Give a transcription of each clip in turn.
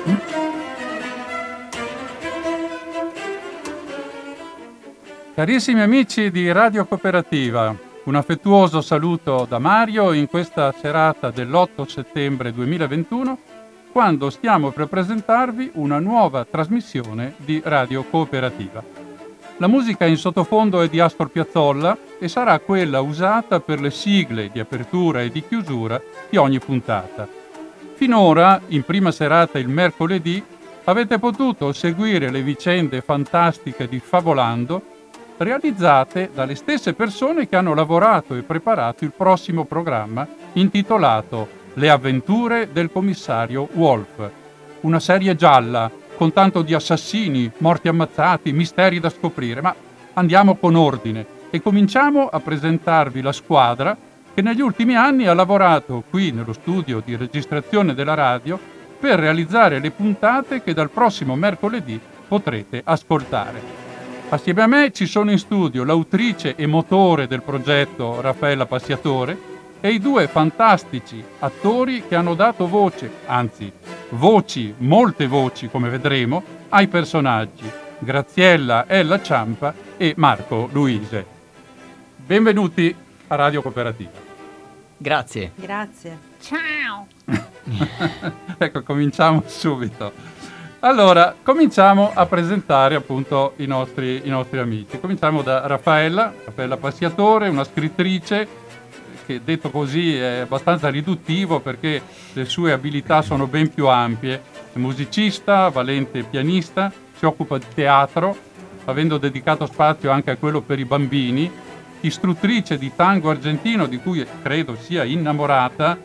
Carissimi amici di Radio Cooperativa, un affettuoso saluto da Mario in questa serata dell'8 settembre 2021, quando stiamo per presentarvi una nuova trasmissione di Radio Cooperativa. La musica in sottofondo è di Astor Piazzolla e sarà quella usata per le sigle di apertura e di chiusura di ogni puntata. Finora, in prima serata il mercoledì, avete potuto seguire le vicende fantastiche di Favolando, realizzate dalle stesse persone che hanno lavorato e preparato il prossimo programma intitolato Le avventure del commissario Wolf, una serie gialla con tanto di assassini, morti ammazzati, misteri da scoprire, ma andiamo con ordine e cominciamo a presentarvi la squadra che negli ultimi anni ha lavorato qui nello studio di registrazione della radio per realizzare le puntate che dal prossimo mercoledì potrete ascoltare. Assieme a me ci sono in studio l'autrice e motore del progetto Raffaella Passiatore e i due fantastici attori che hanno dato voce, anzi voci, molte voci come vedremo, ai personaggi Graziella Ella Ciampa e Marco Luise. Benvenuti a Radio Cooperativa. Grazie. Grazie. Ciao. Ecco, cominciamo subito. Allora, cominciamo a presentare appunto i nostri amici. Cominciamo da Raffaella Passiatore, una scrittrice che detto così è abbastanza riduttivo perché le sue abilità sono ben più ampie. È musicista, valente pianista, si occupa di teatro, avendo dedicato spazio anche a quello per i bambini, istruttrice di tango argentino di cui credo sia innamorata,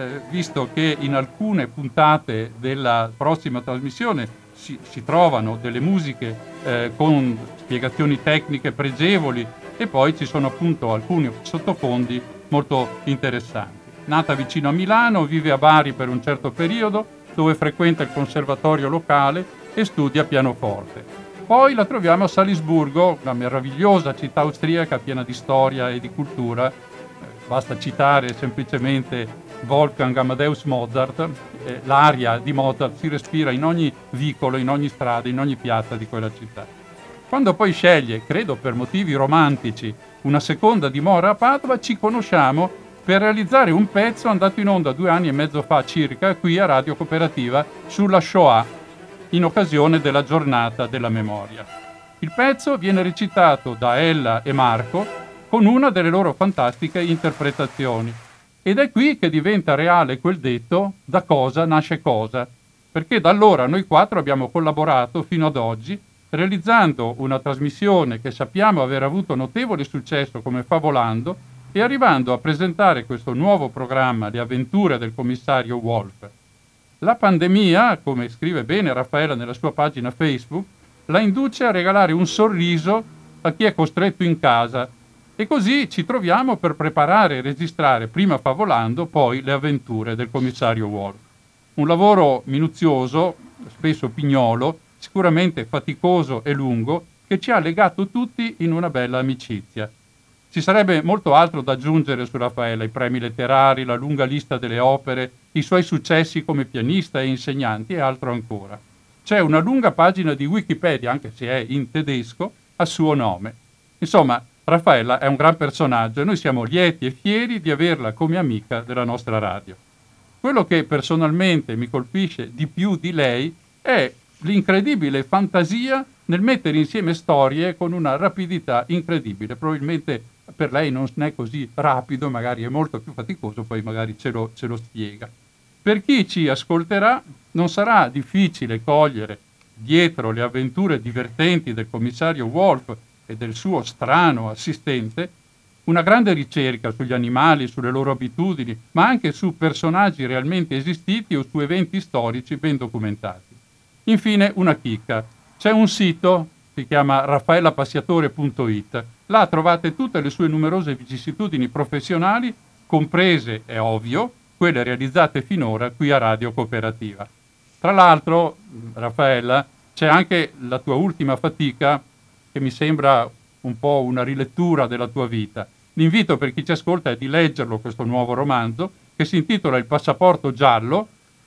visto che in alcune puntate della prossima trasmissione si trovano delle musiche con spiegazioni tecniche pregevoli e poi ci sono appunto alcuni sottofondi molto interessanti. Nata vicino a Milano, vive a Bari per un certo periodo, dove frequenta il conservatorio locale e studia pianoforte. Poi la troviamo a Salisburgo, una meravigliosa città austriaca piena di storia e di cultura. Basta citare semplicemente Wolfgang Amadeus Mozart, l'aria di Mozart si respira in ogni vicolo, in ogni strada, in ogni piazza di quella città. Quando poi sceglie, credo per motivi romantici, una seconda dimora a Padova, ci conosciamo per realizzare un pezzo andato in onda 2 anni e mezzo fa circa qui a Radio Cooperativa sulla Shoah, in occasione della giornata della memoria. Il pezzo viene recitato da Ella e Marco con una delle loro fantastiche interpretazioni. Ed è qui che diventa reale quel detto da cosa nasce cosa, perché da allora noi 4 abbiamo collaborato fino ad oggi realizzando una trasmissione che sappiamo aver avuto notevole successo come Favolando e arrivando a presentare questo nuovo programma, Le avventure del commissario Wolf. La pandemia, come scrive bene Raffaella nella sua pagina Facebook, la induce a regalare un sorriso a chi è costretto in casa. E così ci troviamo per preparare e registrare prima Favolando, poi Le avventure del commissario Wolf. Un lavoro minuzioso, spesso pignolo, sicuramente faticoso e lungo, che ci ha legato tutti in una bella amicizia. Ci sarebbe molto altro da aggiungere su Raffaella, i premi letterari, la lunga lista delle opere, i suoi successi come pianista e insegnanti e altro ancora. C'è una lunga pagina di Wikipedia, anche se è in tedesco, a suo nome. Insomma, Raffaella è un gran personaggio e noi siamo lieti e fieri di averla come amica della nostra radio. Quello che personalmente mi colpisce di più di lei è l'incredibile fantasia nel mettere insieme storie con una rapidità incredibile. Probabilmente per lei non è così rapido, magari è molto più faticoso, poi magari ce lo spiega. Per chi ci ascolterà non sarà difficile cogliere dietro le avventure divertenti del commissario Wolf e del suo strano assistente, una grande ricerca sugli animali, sulle loro abitudini, ma anche su personaggi realmente esistiti o su eventi storici ben documentati. Infine una chicca. C'è un sito, si chiama raffaellapassiatore.it. Là trovate tutte le sue numerose vicissitudini professionali, comprese, è ovvio, quelle realizzate finora qui a Radio Cooperativa. Tra l'altro, Raffaella, c'è anche la tua ultima fatica, che mi sembra un po' una rilettura della tua vita. L'invito per chi ci ascolta è di leggerlo, questo nuovo romanzo, che si intitola Il passaporto giallo,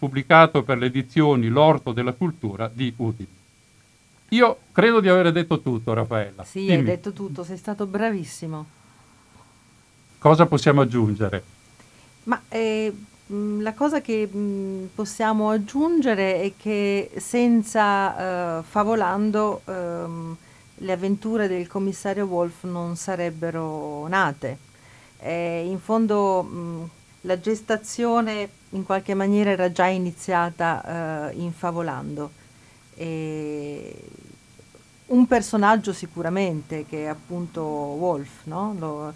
pubblicato per le edizioni L'Orto della Cultura di Udine. Io credo di aver detto tutto, Raffaella. Sì, Dimmi, hai detto tutto, sei stato bravissimo. cosa possiamo aggiungere? Ma la cosa che possiamo aggiungere è che senza Favolando le avventure del commissario Wolf non sarebbero nate. In fondo la gestazione in qualche maniera era già iniziata in Favolando. E un personaggio sicuramente che è appunto Wolf, no?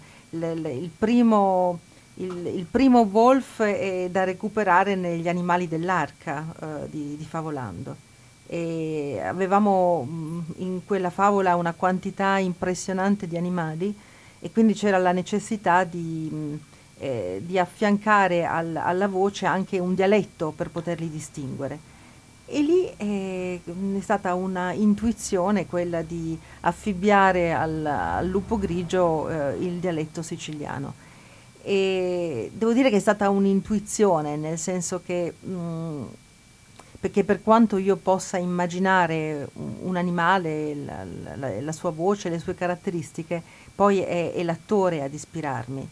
Il primo Wolf è da recuperare negli animali dell'arca di Favolando. E avevamo in quella favola una quantità impressionante di animali e quindi c'era la necessità di affiancare alla voce anche un dialetto per poterli distinguere. E lì è stata una intuizione quella di affibbiare al lupo grigio il dialetto siciliano. E devo dire che è stata un'intuizione, nel senso che perché per quanto io possa immaginare un animale, la sua voce, le sue caratteristiche, poi è l'attore ad ispirarmi.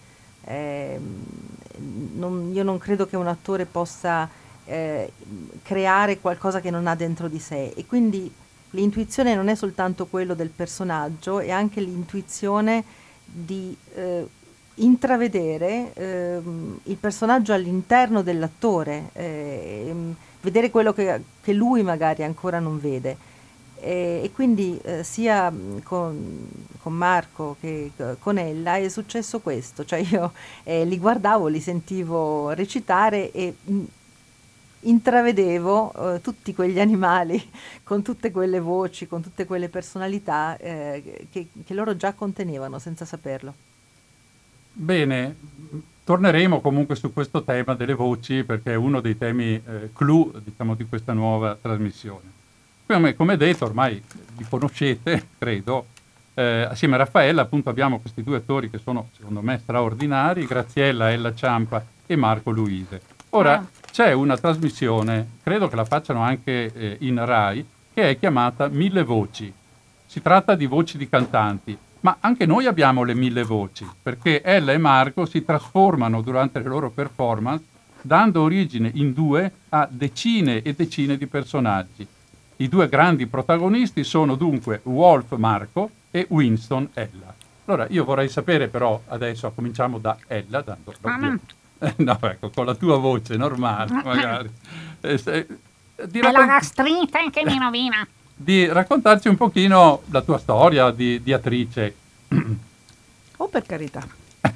Io non credo che un attore possa creare qualcosa che non ha dentro di sé, e quindi l'intuizione non è soltanto quello del personaggio, è anche l'intuizione di intravedere il personaggio all'interno dell'attore, vedere quello che lui magari ancora non vede. E quindi sia con Marco che con Ella è successo questo, cioè io li guardavo, li sentivo recitare e intravedevo tutti quegli animali con tutte quelle voci, con tutte quelle personalità che loro già contenevano senza saperlo. Bene, torneremo comunque su questo tema delle voci perché è uno dei temi clou, diciamo, di questa nuova trasmissione. Come detto, ormai li conoscete, credo. Assieme a Raffaella, appunto, abbiamo questi due attori che sono, secondo me, straordinari, Graziella Ella Ciampa e Marco Luise. Ora, c'è una trasmissione, credo che la facciano anche in Rai, che è chiamata Mille Voci. Si tratta di voci di cantanti, ma anche noi abbiamo le mille voci, perché Ella e Marco si trasformano durante le loro performance, dando origine in due a decine e decine di personaggi. I due grandi protagonisti sono dunque Wolf Marco e Winston Ella. Allora, io vorrei sapere però, adesso cominciamo da Ella, dando no, ecco, con la tua voce normale, magari. È la gastrite che mi rovina. Di raccontarci un pochino la tua storia di attrice. Oh, per carità.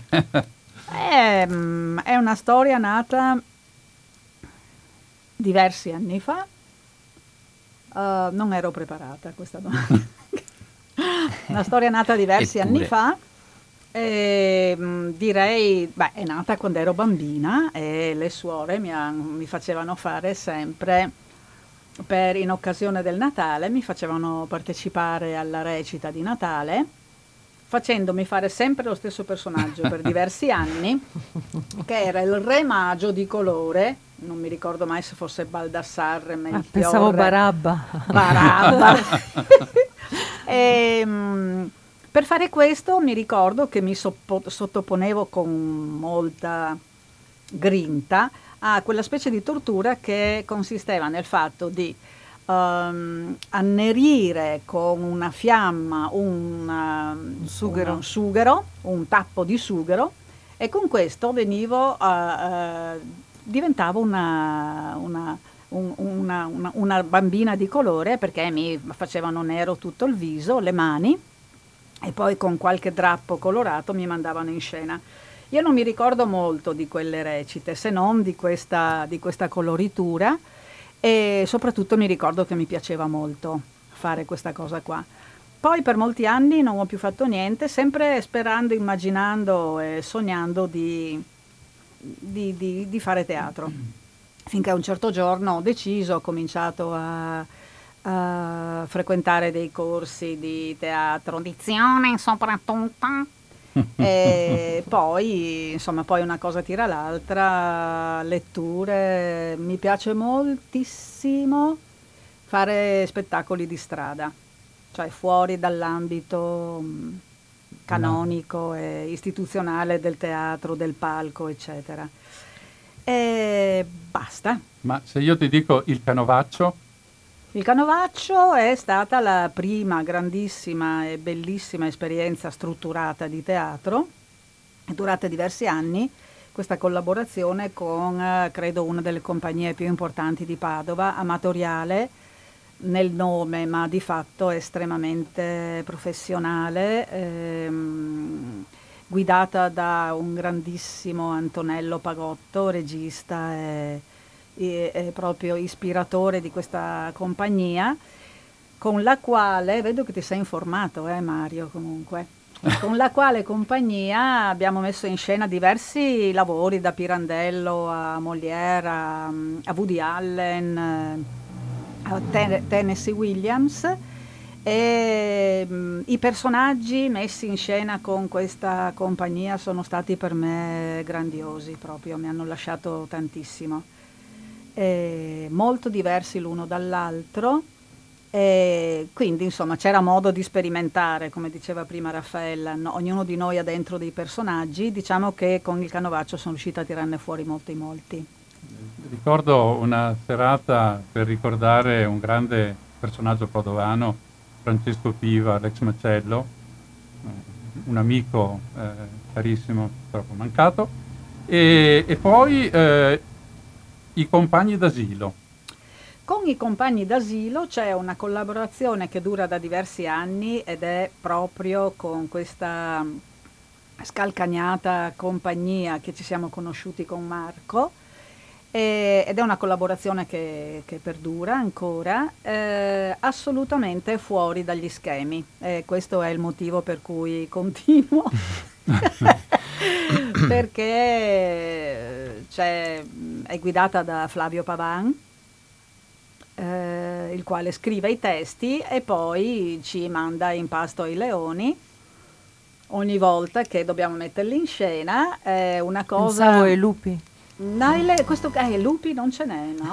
È una storia nata diversi anni fa. Non ero preparata a questa domanda. Una storia nata diversi anni fa. Direi, è nata quando ero bambina e le suore mi facevano fare sempre, in occasione del Natale, mi facevano partecipare alla recita di Natale, facendomi fare sempre lo stesso personaggio per diversi anni, che era il Re Magio di colore, non mi ricordo mai se fosse Baldassarre, Melchiorre. Pensavo Barabba. Barabba. Per fare questo mi ricordo che mi sottoponevo con molta grinta a quella specie di tortura che consisteva nel fatto di annerire con una fiamma un sughero, un tappo di sughero, e con questo diventavo una bambina di colore, perché mi facevano nero tutto il viso, le mani, e poi con qualche drappo colorato mi mandavano in scena. Io non mi ricordo molto di quelle recite, se non di questa coloritura, e soprattutto mi ricordo che mi piaceva molto fare questa cosa qua. Poi per molti anni non ho più fatto niente, sempre sperando, immaginando e sognando di fare teatro. Finché a un certo giorno ho deciso, ho cominciato a frequentare dei corsi di teatro, Dizione soprattutto. E poi, insomma, poi una cosa tira l'altra, letture, mi piace moltissimo fare spettacoli di strada, cioè fuori dall'ambito canonico e istituzionale del teatro, del palco, eccetera. E basta. Ma se io ti dico il Canovaccio? Il Canovaccio è stata la prima grandissima e bellissima esperienza strutturata di teatro, è durata diversi anni, questa collaborazione con, credo, una delle compagnie più importanti di Padova, amatoriale nel nome, ma di fatto estremamente professionale, guidata da un grandissimo Antonello Pagotto, regista e proprio ispiratore di questa compagnia, con la quale, vedo che ti sei informato, Mario, comunque, con la quale compagnia abbiamo messo in scena diversi lavori, da Pirandello a Molière, a Woody Allen, a Tennessee Williams, e i personaggi messi in scena con questa compagnia sono stati per me grandiosi, proprio mi hanno lasciato tantissimo, molto diversi l'uno dall'altro, e quindi insomma c'era modo di sperimentare, come diceva prima Raffaella, ognuno di noi ha dentro dei personaggi. Diciamo che con il Canovaccio sono riuscita a tirarne fuori molti. Ricordo una serata per ricordare un grande personaggio padovano, Francesco Piva, l'ex Macello, un amico carissimo, purtroppo mancato, e poi i compagni d'asilo. Con i compagni d'asilo c'è una collaborazione che dura da diversi anni ed è proprio con questa scalcagnata compagnia che ci siamo conosciuti con Marco, ed è una collaborazione che perdura ancora, assolutamente fuori dagli schemi. Questo è il motivo per cui continuo, perché è guidata da Flavio Pavan, il quale scrive i testi e poi ci manda in pasto ai leoni ogni volta che dobbiamo metterli in scena. È una cosa... Pensavo ai lupi. No, lupi non ce n'è, no?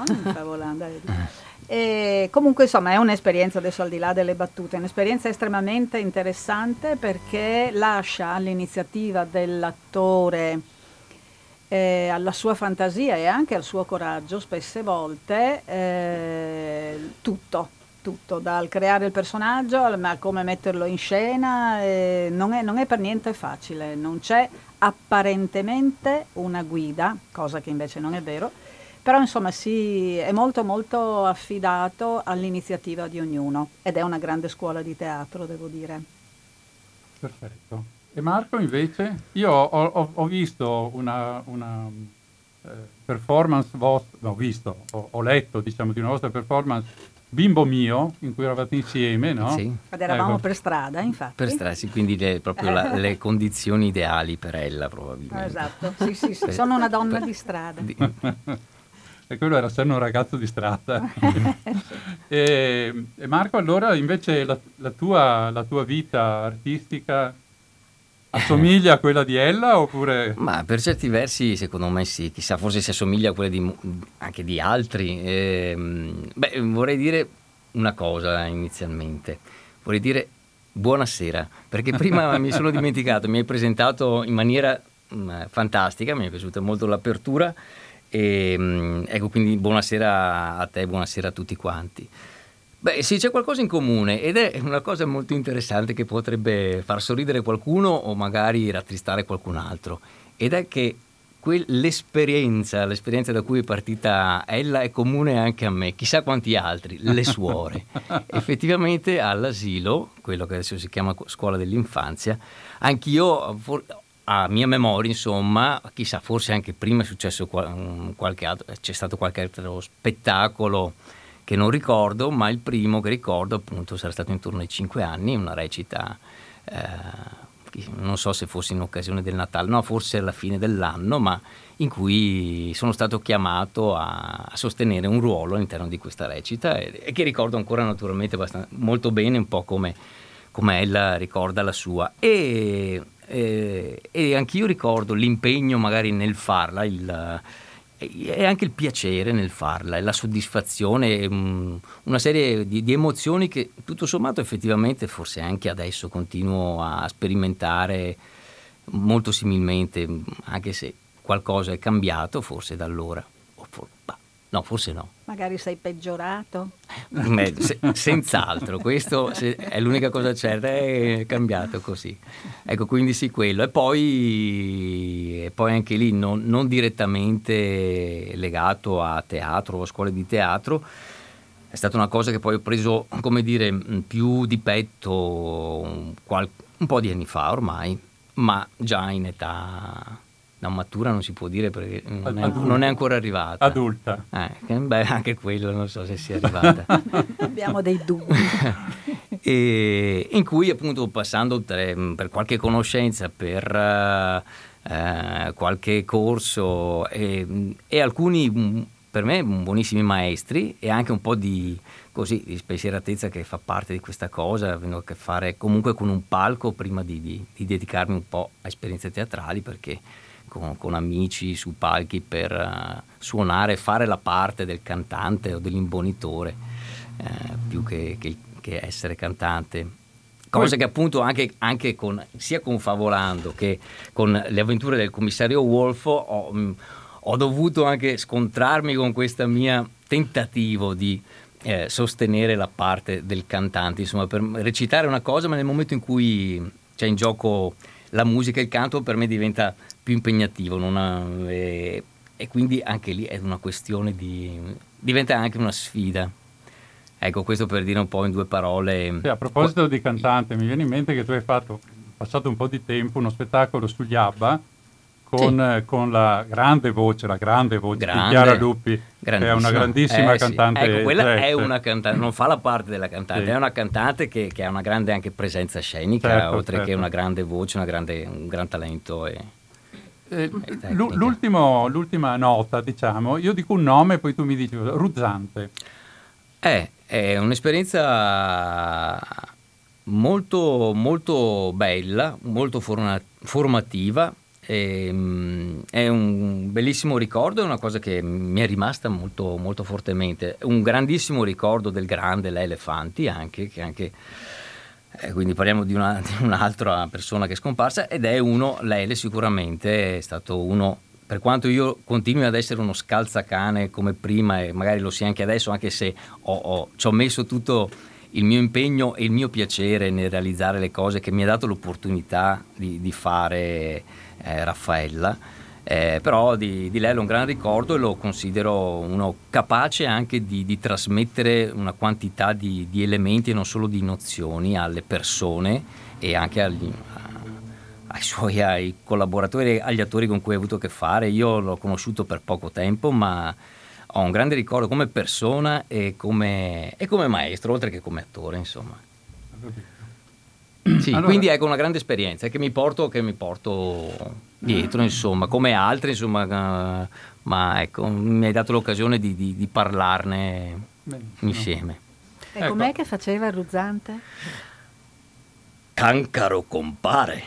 E comunque insomma è un'esperienza, adesso al di là delle battute, è un'esperienza estremamente interessante, perché lascia all'iniziativa dell'attore, alla sua fantasia e anche al suo coraggio spesse volte, tutto, dal creare il personaggio a come metterlo in scena. Non è per niente facile, non c'è apparentemente una guida, cosa che invece non è vero, però insomma è molto molto affidato all'iniziativa di ognuno, ed è una grande scuola di teatro, devo dire. Perfetto. E Marco invece? Io ho visto una performance vostra, ho letto, diciamo, di una vostra performance, Bimbo Mio, in cui eravate insieme, no? Sì. Ed eravamo per strada, infatti. Per strada, sì, quindi proprio le condizioni ideali per Ella, probabilmente. Esatto, sì, sono una donna di strada. E quello era sempre un ragazzo di strada. E Marco, allora invece la tua vita artistica assomiglia a quella di Ella, oppure? Ma per certi versi secondo me sì, chissà, forse si assomiglia a quella anche di altri. Vorrei dire una cosa inizialmente, vorrei dire buonasera, perché prima mi sono dimenticato, mi hai presentato in maniera fantastica, mi è piaciuta molto l'apertura, e ecco, quindi buonasera a te, buonasera a tutti quanti. Beh, sì, c'è qualcosa in comune, ed è una cosa molto interessante che potrebbe far sorridere qualcuno o magari rattristare qualcun altro, ed è che l'esperienza da cui è partita Ella è comune anche a me, chissà quanti altri, le suore. Effettivamente all'asilo, quello che adesso si chiama scuola dell'infanzia, anch'io, a mia memoria, insomma, chissà, forse anche prima è successo c'è stato qualche altro spettacolo che non ricordo, ma il primo che ricordo appunto sarà stato intorno ai 5 anni, una recita, non so se fosse in occasione del Natale, no, forse alla fine dell'anno, ma in cui sono stato chiamato a sostenere un ruolo all'interno di questa recita, e che ricordo ancora naturalmente molto bene, un po' come ella ricorda la sua. E e anch'io ricordo l'impegno magari nel farla, e anche il piacere nel farla, e la soddisfazione, una serie di emozioni che tutto sommato effettivamente forse anche adesso continuo a sperimentare molto similmente, anche se qualcosa è cambiato forse da allora. No, forse no. Magari sei peggiorato. Senz'altro, questo è l'unica cosa certa, è cambiato così. Ecco, quindi sì, quello. E poi anche lì non direttamente legato a teatro o a scuole di teatro, è stata una cosa che poi ho preso, come dire, più di petto un po' di anni fa ormai, ma già in età... No, matura non si può dire perché non è ancora arrivata. Adulta. Anche quello non so se sia arrivata. Abbiamo dei dubbi. E in cui appunto passando per qualche conoscenza, per qualche corso e alcuni per me buonissimi maestri, e anche un po' di spensieratezza che fa parte di questa cosa, avendo a che fare comunque con un palco prima di dedicarmi un po' a esperienze teatrali, perché con amici su palchi per suonare, fare la parte del cantante o dell'imbonitore, più che essere cantante. Cose che appunto anche sia con Favolando che con le avventure del commissario Wolf ho dovuto anche scontrarmi con questa mia tentativo di sostenere la parte del cantante, insomma, per recitare una cosa, ma nel momento in cui c'è in gioco la musica e il canto per me diventa più impegnativo, e quindi anche lì è una questione diventa anche una sfida. Ecco, questo per dire un po' in due parole. Sì, a proposito di cantante, mi viene in mente che tu hai passato un po' di tempo uno spettacolo sugli ABBA con la grande voce di Chiara Luppi, che è una grandissima cantante. Ecco, quella jazz. è una cantante, non fa la parte della cantante, è una cantante che ha una grande anche presenza scenica, oltre che una grande voce, un gran talento. L'ultima nota, diciamo, io dico un nome e poi tu mi dici Ruzzante. È un'esperienza molto, molto bella, molto formativa. È un bellissimo ricordo, è una cosa che mi è rimasta molto, molto fortemente. Un grandissimo ricordo del grande L'Elefanti, quindi parliamo di un'altra persona che è scomparsa, ed è Lele sicuramente è stato uno, per quanto io continui ad essere uno scalzacane come prima, e magari lo sia anche adesso, anche se ci ho messo tutto il mio impegno e il mio piacere nel realizzare le cose che mi ha dato l'opportunità di fare Raffaella, però di lei ho un gran ricordo e lo considero uno capace anche di trasmettere una quantità di elementi e non solo di nozioni alle persone e anche ai collaboratori, agli attori con cui ho avuto a che fare. Io l'ho conosciuto per poco tempo, ma ho un grande ricordo come persona e come maestro, oltre che come attore, insomma. Sì, allora, quindi ecco una grande esperienza che mi porto dietro, insomma, come altri, insomma, ma ecco, mi hai dato l'occasione di parlarne insieme. E com'è che faceva Ruzzante? Cancaro compare.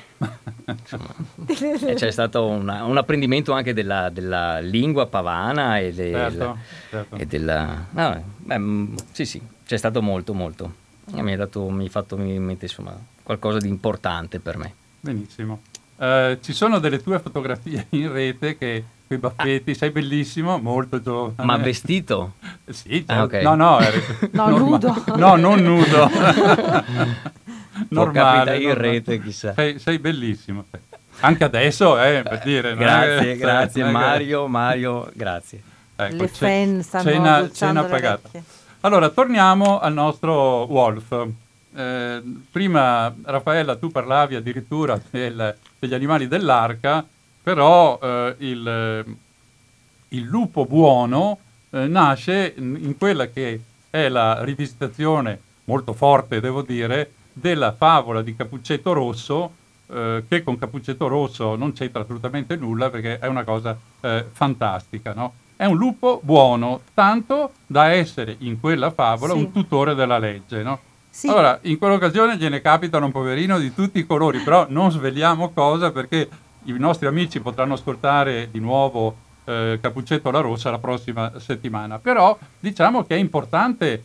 C'è stato un apprendimento anche della lingua pavana e certo. E della sì, c'è stato molto mi ha fatto in mente, insomma, qualcosa di importante per me. Benissimo. Ci sono delle tue fotografie in rete che coi baffetti, sei bellissimo, molto giovane. Ma vestito? Sì, certo. Okay. No, nudo. No, non nudo. Normale. In rete, chissà. Sei bellissimo. Anche adesso, per dire. Grazie Mario, grazie. Ecco, le fan stanno cena pagata. Allora, torniamo al nostro Wolf. Prima, Raffaella, tu parlavi addirittura degli animali dell'arca, però il lupo buono nasce in quella che è la rivisitazione molto forte, devo dire, della favola di Cappuccetto Rosso, che con Cappuccetto Rosso non c'entra assolutamente nulla, perché è una cosa fantastica, no? È un lupo buono, tanto da essere in quella favola un tutore della legge, no? Sì. Allora, in quell'occasione gliene capitano un poverino di tutti i colori, però non sveliamo cosa, perché i nostri amici potranno ascoltare di nuovo Cappuccetto alla Rossa la prossima settimana. Però diciamo che è importante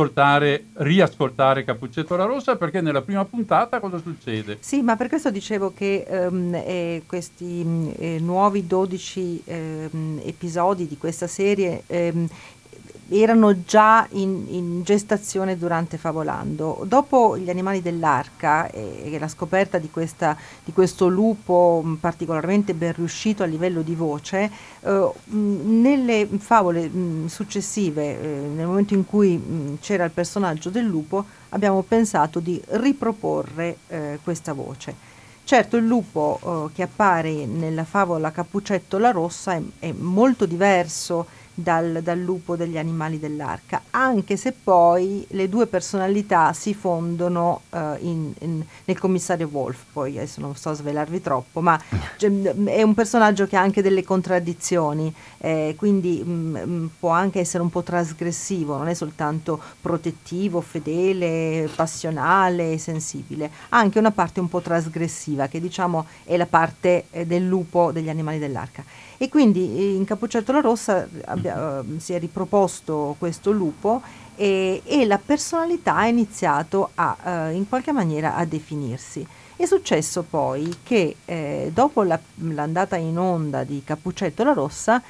riascoltare Cappuccetto alla Rossa, perché nella prima puntata cosa succede? Sì, ma per questo dicevo che questi nuovi 12 episodi di questa serie erano già in gestazione durante Favolando. Dopo Gli animali dell'arca e la scoperta di questo lupo particolarmente ben riuscito a livello di voce, nelle favole successive, nel momento in cui c'era il personaggio del lupo, abbiamo pensato di riproporre questa voce. Certo, il lupo che appare nella favola Cappuccetto la Rossa è molto diverso dal lupo degli animali dell'arca, anche se poi le due personalità si fondono nel commissario Wolf. Poi adesso non sto a svelarvi troppo, ma è un personaggio che ha anche delle contraddizioni, quindi può anche essere un po' trasgressivo, non è soltanto protettivo, fedele, passionale, sensibile, ha anche una parte un po' trasgressiva, che diciamo è la parte del lupo degli animali dell'arca. E quindi in Cappuccetto la Rossa si è riproposto questo lupo e la personalità ha iniziato in qualche maniera a definirsi. È successo poi che dopo l'andata in onda di Cappuccetto la Rossa,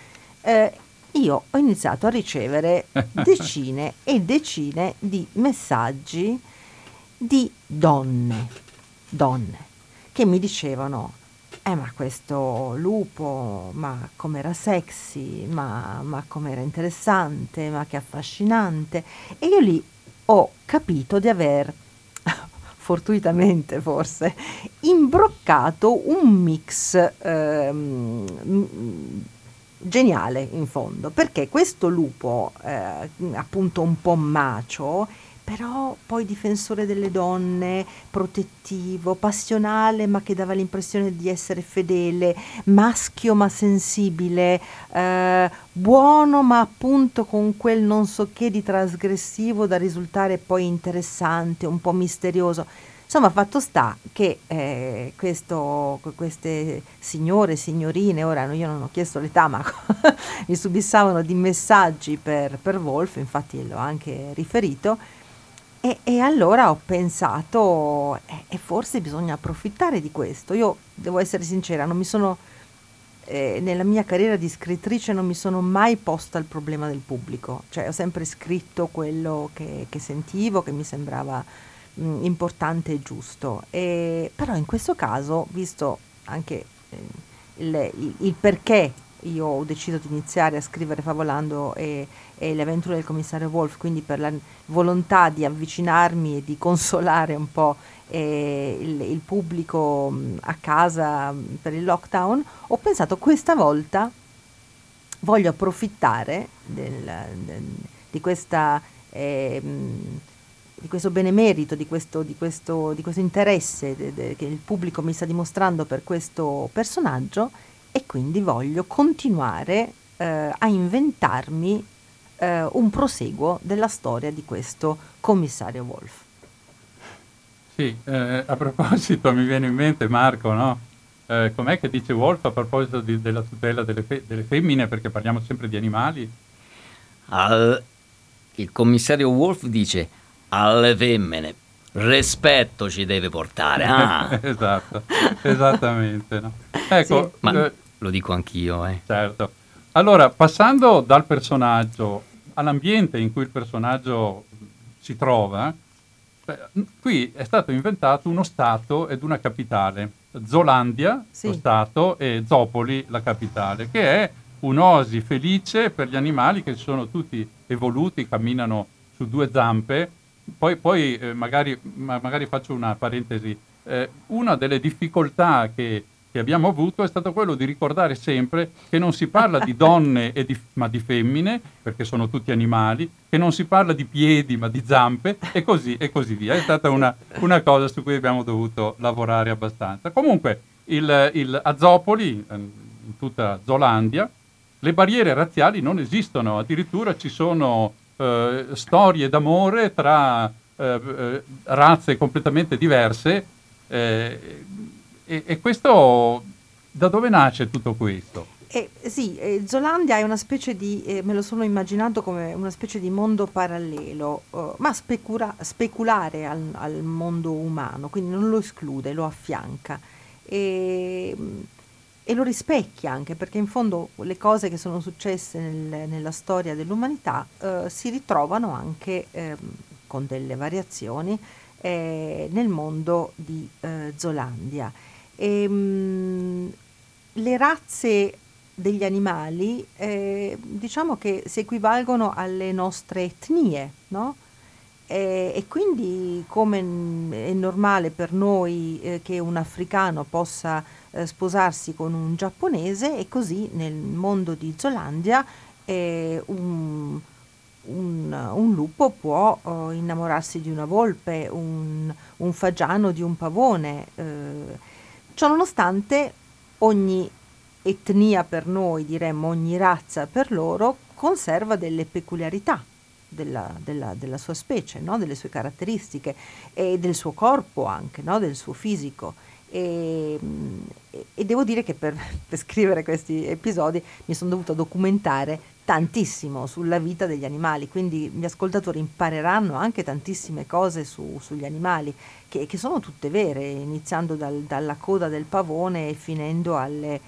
io ho iniziato a ricevere decine e decine di messaggi di donne che mi dicevano: ma questo lupo, ma com'era sexy, ma com'era interessante, ma che affascinante. E io lì ho capito di aver, fortuitamente forse, imbroccato un mix geniale in fondo, perché questo lupo, appunto un po' macio, però poi difensore delle donne, protettivo, passionale, ma che dava l'impressione di essere fedele, maschio ma sensibile, buono ma appunto con quel non so che di trasgressivo da risultare poi interessante, un po' misterioso. Insomma, fatto sta che queste signore, signorine, ora io non ho chiesto l'età, ma mi subissavano di messaggi per Wolf, infatti l'ho anche riferito. E allora ho pensato, e forse bisogna approfittare di questo. Io devo essere sincera, non mi sono, nella mia carriera di scrittrice non mi sono mai posta il problema del pubblico, cioè ho sempre scritto quello che sentivo, che mi sembrava importante e giusto. Però in questo caso, visto anche il perché io ho deciso di iniziare a scrivere Favolando e le avventure del commissario Wolf, quindi per la volontà di avvicinarmi e di consolare un po' il pubblico a casa per il lockdown, ho pensato questa volta voglio approfittare di questa di questo benemerito, di questo interesse che il pubblico mi sta dimostrando per questo personaggio, e quindi voglio continuare a inventarmi un proseguo della storia di questo commissario Wolf. Sì, a proposito mi viene in mente, Marco, no? Com'è che dice Wolf a proposito della tutela delle femmine, perché parliamo sempre di animali? Il commissario Wolf dice: alle femmine rispetto ci deve portare. Esatto, esattamente, no? Ecco, sì. Ma lo dico anch'io, certo. Allora, passando dal personaggio all'ambiente in cui il personaggio si trova, qui è stato inventato uno stato ed una capitale. Zolandia, sì, lo stato, e Zopoli, la capitale, che è un'oasi felice per gli animali che sono tutti evoluti, camminano su due zampe. Poi magari faccio una parentesi. Una delle difficoltà che abbiamo avuto è stato quello di ricordare sempre che non si parla di donne ma di femmine, perché sono tutti animali, che non si parla di piedi ma di zampe, e così via. È stata una cosa su cui abbiamo dovuto lavorare abbastanza. Comunque a Zopoli, in tutta Zolandia, le barriere razziali non esistono, addirittura ci sono storie d'amore tra razze completamente diverse, e questo, da dove nasce tutto questo? Sì, Zolandia è una specie di, me lo sono immaginato come una specie di mondo parallelo, ma speculare al mondo umano, quindi non lo esclude, lo affianca e, e lo rispecchia anche, perché in fondo le cose che sono successe nella storia dell'umanità si ritrovano anche con delle variazioni nel mondo di Zolandia. Le razze degli animali diciamo che si equivalgono alle nostre etnie, no? E quindi come è normale per noi che un africano possa sposarsi con un giapponese, e così nel mondo di Zolandia un lupo può innamorarsi di una volpe, un fagiano di un pavone. Ciononostante ogni etnia per noi, diremmo ogni razza per loro, conserva delle peculiarità della sua specie, no? Delle sue caratteristiche e del suo corpo anche, no? Del suo fisico. E devo dire che per scrivere questi episodi mi sono dovuta documentare tantissimo sulla vita degli animali, quindi gli ascoltatori impareranno anche tantissime cose sugli animali, che sono tutte vere, iniziando dalla coda del pavone e finendo alle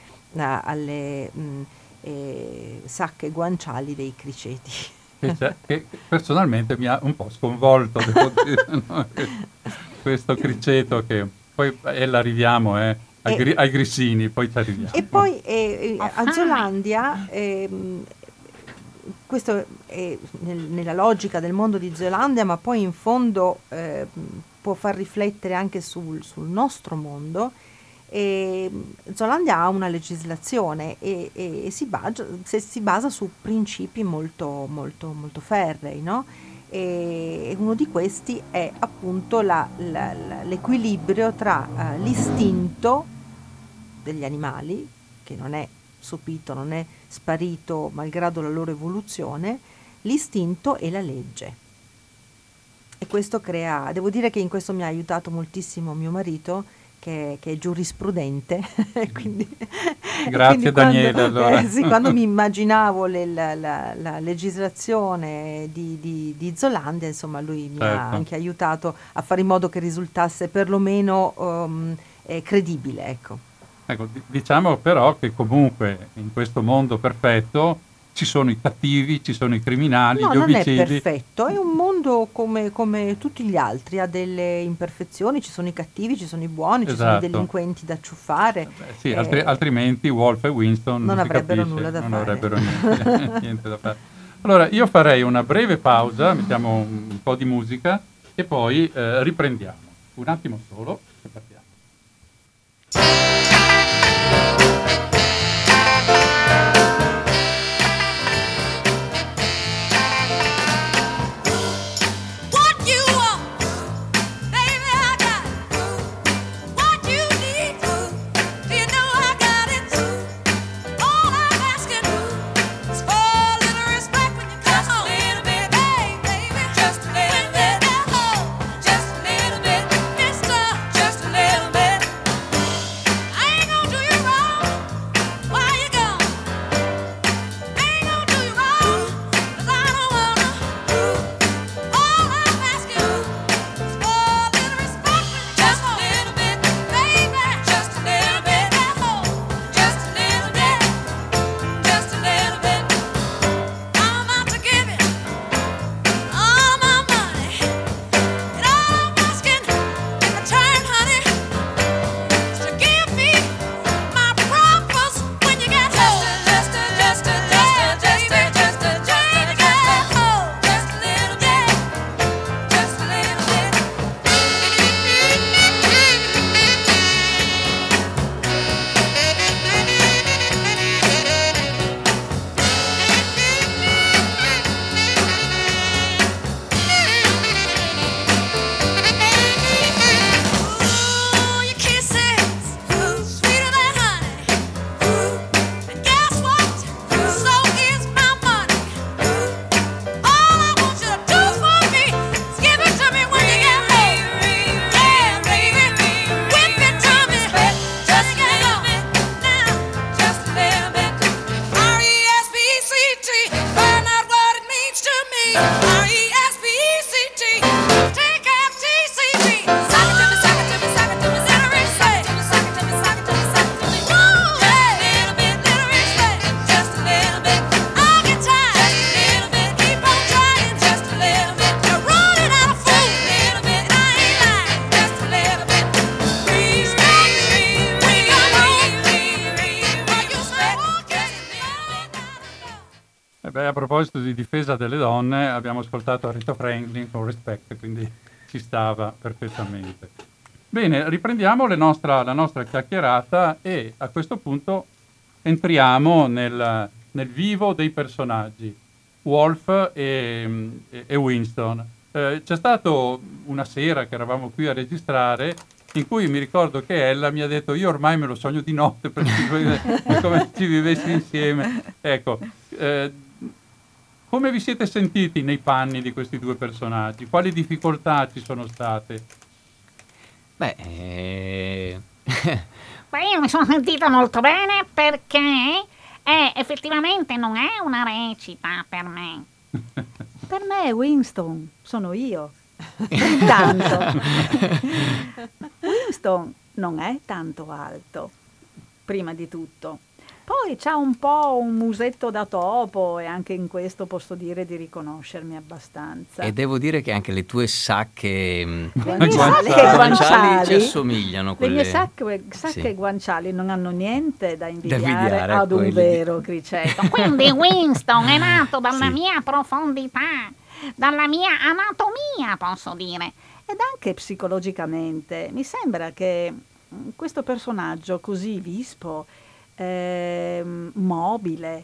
sacche guanciali dei criceti. Che personalmente mi ha un po' sconvolto, devo dire, no? Questo criceto, che poi arriviamo ai grissini, poi ci arriviamo. E poi a Zolandia, questo è nella logica del mondo di Zolandia, ma poi in fondo può far riflettere anche sul nostro mondo. Zolandia ha una legislazione e si basa su principi molto, molto, molto ferrei, no? E uno di questi è appunto l'equilibrio tra l'istinto degli animali, che non è sopito, non è sparito malgrado la loro evoluzione, l'istinto e la legge. E questo devo dire che in questo mi ha aiutato moltissimo mio marito, che è giurisprudente. Quindi, grazie Daniele. Allora. Sì, quando mi immaginavo la legislazione di Zolandia, insomma, lui mi ha anche aiutato a fare in modo che risultasse perlomeno credibile, ecco. Ecco, diciamo però che comunque in questo mondo perfetto ci sono i cattivi, ci sono i criminali, gli omicidi. Non è perfetto, è un mondo come tutti gli altri, ha delle imperfezioni, ci sono i cattivi, ci sono i buoni, ci sono i delinquenti da acciuffare. Sì, altrimenti Wolf e Winston non avrebbero nulla da non fare. avrebbero niente da fare. Allora, io farei una breve pausa, mettiamo un po' di musica e poi riprendiamo. Un attimo solo e partiamo. a proposito di difesa delle donne, abbiamo ascoltato Aretha Franklin con Respect, quindi ci stava perfettamente. Bene, riprendiamo la nostra chiacchierata e a questo punto entriamo nel vivo dei personaggi, Wolf e Winston. C'è stato una sera che eravamo qui a registrare in cui mi ricordo che Ella mi ha detto: io ormai me lo sogno di notte perché come ci vivessi insieme. Ecco, come vi siete sentiti nei panni di questi due personaggi? Quali difficoltà ci sono state? Beh, Io mi sono sentita molto bene perché effettivamente non è una recita per me. Per me Winston sono io. Intanto Winston non è tanto alto, prima di tutto. Poi c'ha un po' un musetto da topo e anche in questo posso dire di riconoscermi abbastanza. e devo dire che anche le tue sacche Le mie sacche guanciali ci guanciali, assomigliano. le Quelle... mie sacche Sì. guanciali non hanno niente da invidiare invidiare a ad un quelli. vero criceto. Quindi Winston è nato dalla Sì. mia profondità, dalla mia anatomia, posso dire. Ed anche psicologicamente mi sembra che questo personaggio così vispo, mobile,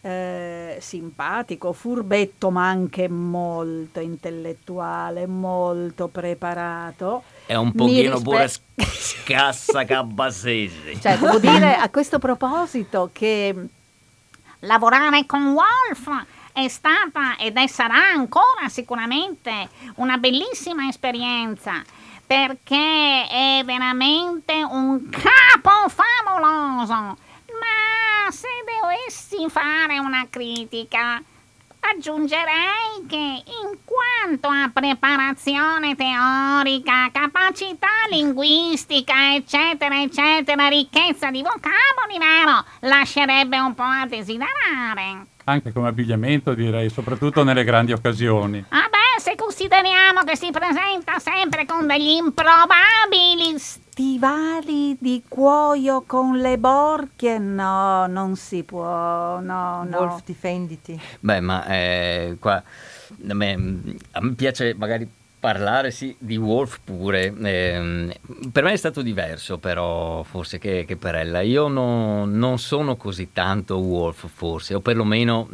simpatico, furbetto, ma anche molto intellettuale, molto preparato. È un mi pochino rispe- pure scassa cabbasese. Cioè, devo dire a questo proposito che Lavorare con Wolf è stata ed sarà ancora sicuramente una bellissima esperienza, perché è veramente un capo favoloso. Ma se dovessi fare una critica, aggiungerei che in quanto a preparazione teorica, capacità linguistica, eccetera, eccetera, ricchezza di vocaboli, vero, lascerebbe un po' a desiderare. Anche come abbigliamento, direi, soprattutto nelle grandi occasioni. Ah beh, se consideriamo che si presenta sempre con degli improbabili stivali di cuoio con le borchie, no, non si può, no. Wolf, difenditi. Beh, ma qua a me piace magari parlare sì di Wolf pure. Per me è stato diverso però forse che per Ella. Io non sono così tanto Wolf forse, o perlomeno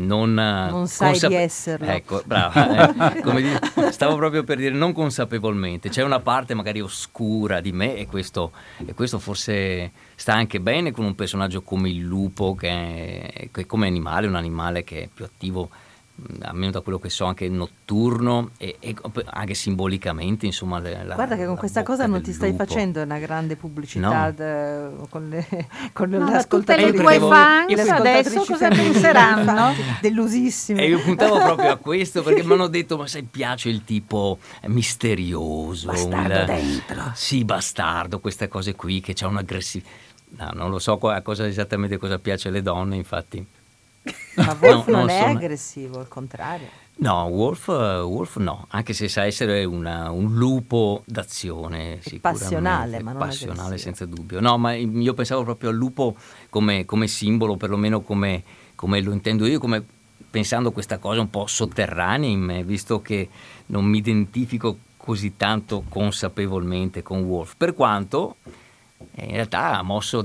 non sai di esserlo. Ecco, brava. Stavo proprio per dire non consapevolmente. C'è una parte magari oscura di me e questo forse sta anche bene con un personaggio come il lupo che come animale, un animale che è più attivo, almeno da quello che so, anche notturno e anche simbolicamente, insomma. Guarda che con questa cosa non ti stai facendo una grande pubblicità con tutte ascoltatrici. le tue fans le adesso ascoltatrici cosa femminili, penseranno? infatti, delusissime. E io puntavo proprio a questo perché mi hanno detto: ma sai, piace il tipo misterioso, Bastardo dentro. Sì, bastardo, queste cose qui che c'ha un'aggressività. No, non lo so esattamente cosa piace alle donne, infatti. Ma Wolf No, non non è sono- aggressivo, al contrario. No, Wolf no, anche se sa essere un lupo d'azione, sicuramente. passionale, ma non passionale aggressivo. senza dubbio. No, ma io pensavo proprio al lupo come simbolo, perlomeno come lo intendo io, come pensando questa cosa un po' sotterranea in me, visto che non mi identifico così tanto consapevolmente con Wolf, per quanto in realtà ha mosso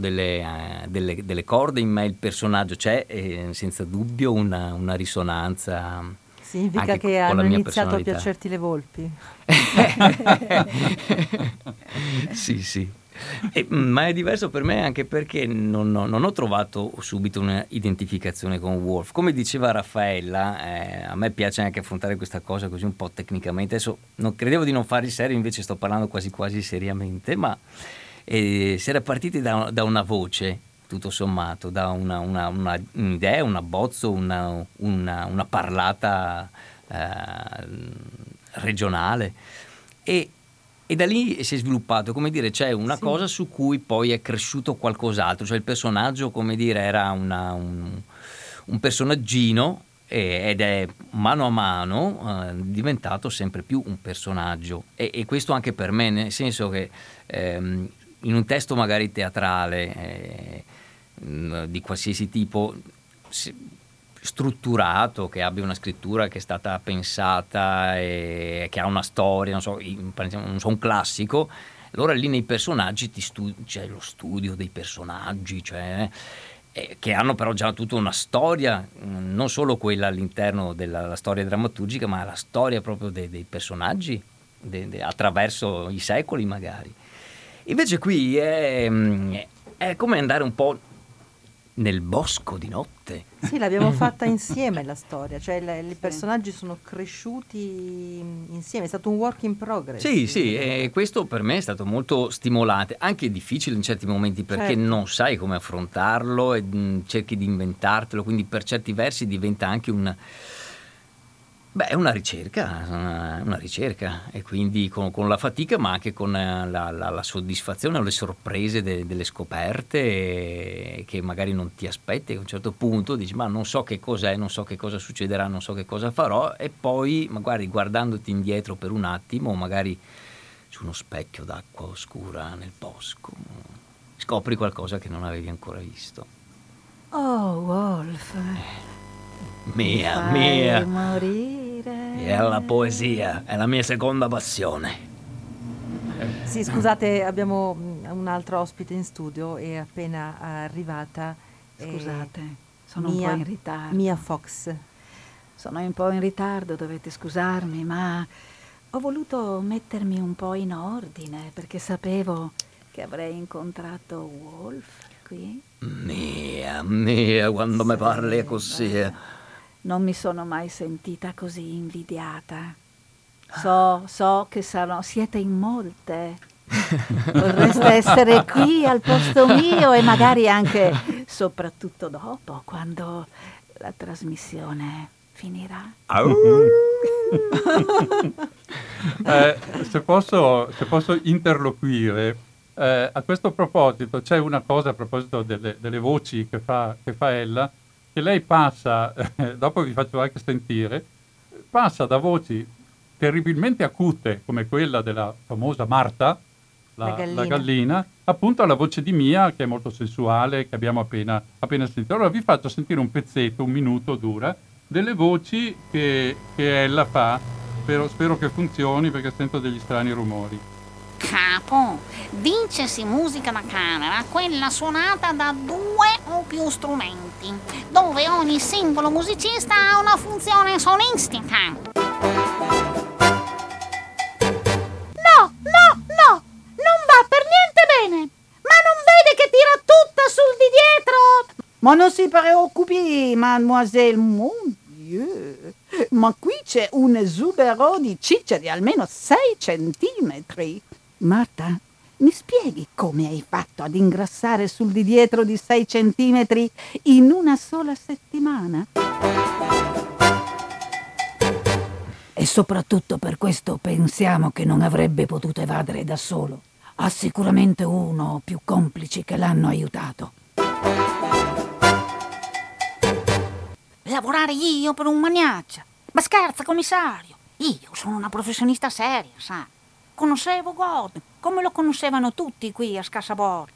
delle corde in me il personaggio. C'è senza dubbio una risonanza. Significa anche che con la hanno mia iniziato a personalità. piacerti le volpi. Sì. Ma è diverso per me anche perché non ho trovato subito una identificazione con Wolf. Come diceva Raffaella, a me piace anche affrontare questa cosa così un po' tecnicamente. Adesso non credevo di non fare il serio, invece sto parlando quasi quasi seriamente, ma si era partiti da una voce, tutto sommato, da un'idea, un abbozzo, una parlata regionale e da lì si è sviluppato, come dire, c'è una cosa su cui poi è cresciuto qualcos'altro, cioè il personaggio, come dire, era un personaggino ed è mano a mano diventato sempre più un personaggio e questo anche per me, nel senso che in un testo magari teatrale di qualsiasi tipo strutturato, che abbia una scrittura che è stata pensata e che ha una storia, non so, un classico. Allora lì nei personaggi c'è lo studio dei personaggi, cioè, che hanno però già tutta una storia, non solo quella all'interno della storia drammaturgica, ma la storia proprio dei personaggi attraverso i secoli magari. Invece qui è come andare un po' nel bosco di notte. Sì, l'abbiamo fatta insieme la storia, cioè i personaggi sono cresciuti insieme, è stato un work in progress. Sì, e questo per me è stato molto stimolante, anche difficile in certi momenti, perché Certo. non sai come affrontarlo e cerchi di inventartelo, quindi per certi versi diventa anche è una ricerca, e quindi con la fatica, ma anche con la soddisfazione o le sorprese delle scoperte che magari non ti aspetti. A un certo punto dici: ma non so che cos'è, non so che cosa succederà, non so che cosa farò, e poi magari guardandoti indietro per un attimo, magari su uno specchio d'acqua oscura nel bosco, scopri qualcosa che non avevi ancora visto. Oh, Wolf. Mia. Fai morire. È la poesia, è la mia seconda passione. Sì, scusate, abbiamo un altro ospite in studio, è appena arrivata. Scusate, sono un po' in ritardo. Mia Fox. Sono un po' in ritardo, dovete scusarmi, ma ho voluto mettermi un po' in ordine perché sapevo che avrei incontrato Wolf qui. Mia, quando mi parli così. Non mi sono mai sentita così invidiata. So che siete in molte. Vorreste essere qui al posto mio e magari anche, soprattutto dopo, quando la trasmissione finirà. Se posso interloquire, a questo proposito c'è una cosa a proposito delle voci che fa Ella, che lei passa, dopo vi faccio anche sentire, passa da voci terribilmente acute come quella della famosa Marta, la gallina, appunto alla voce di Mia, che è molto sensuale, che abbiamo appena sentito. Allora vi faccio sentire un pezzetto, 1 minuto dura, delle voci che ella fa. Spero che funzioni, perché sento degli strani rumori. Capo, dicesi musica da camera, quella suonata da 2 o più strumenti, dove ogni singolo musicista ha una funzione solistica. No, non va per niente bene. Ma non vede che tira tutta sul di dietro? Ma non si preoccupi, mademoiselle, mon Dieu. Ma qui c'è un esubero di ciccia di almeno 6 centimetri. Marta, mi spieghi come hai fatto ad ingrassare sul di dietro di 6 centimetri in una sola settimana? E soprattutto per questo pensiamo che non avrebbe potuto evadere da solo. Ha sicuramente uno o più complici che l'hanno aiutato. Lavorare io per un magnaccia? Ma scherza, commissario. Io sono una professionista seria, sa. Conoscevo Gordon, come lo conoscevano tutti qui a Scassabordo.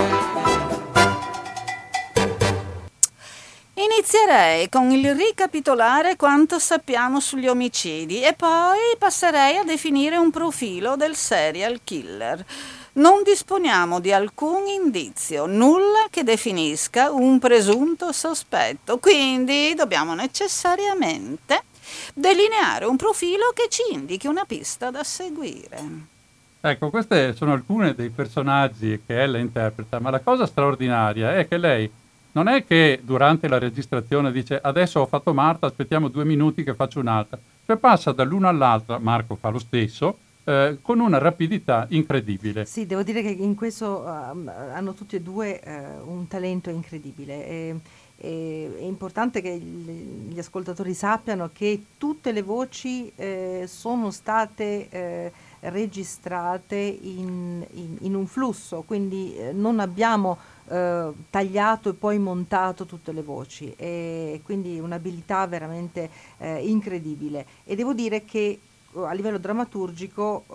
Inizierei con il ricapitolare quanto sappiamo sugli omicidi e poi passerei a definire un profilo del serial killer. Non disponiamo di alcun indizio, nulla che definisca un presunto sospetto, quindi dobbiamo necessariamente delineare un profilo che ci indichi una pista da seguire. Ecco, queste sono alcune dei personaggi che ella interpreta, ma la cosa straordinaria è che lei non è che durante la registrazione dice: adesso ho fatto Marta, aspettiamo 2 minuti che faccio un'altra. Cioè passa dall'una all'altra, Marco fa lo stesso, con una rapidità incredibile. Sì, devo dire che in questo hanno tutti e due un talento incredibile. È importante che gli ascoltatori sappiano che tutte le voci sono state registrate in un flusso, quindi non abbiamo tagliato e poi montato tutte le voci, e quindi un'abilità veramente incredibile. E devo dire che a livello drammaturgico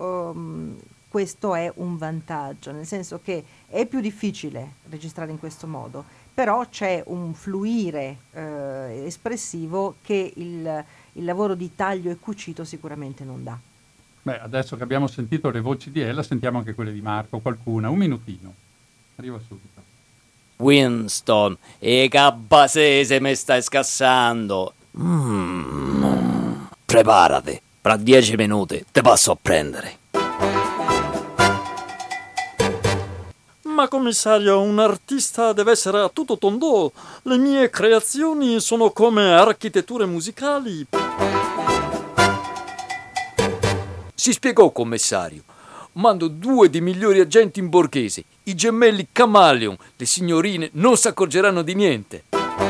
questo è un vantaggio, nel senso che è più difficile registrare in questo modo, però c'è un fluire espressivo che il lavoro di taglio e cucito sicuramente non dà. Beh, adesso che abbiamo sentito le voci di Ella, sentiamo anche quelle di Marco, qualcuna, un minutino. Arriva subito. Winston, e Cabbasese mi stai scassando. Preparati, fra 10 minuti te passo a prendere. Ma commissario, un artista deve essere a tutto tondo. Le mie creazioni sono come architetture musicali. Si spiegò, commissario. Mando 2 dei migliori agenti in borghese, i gemelli Camaleon. Le signorine non si accorgeranno di niente.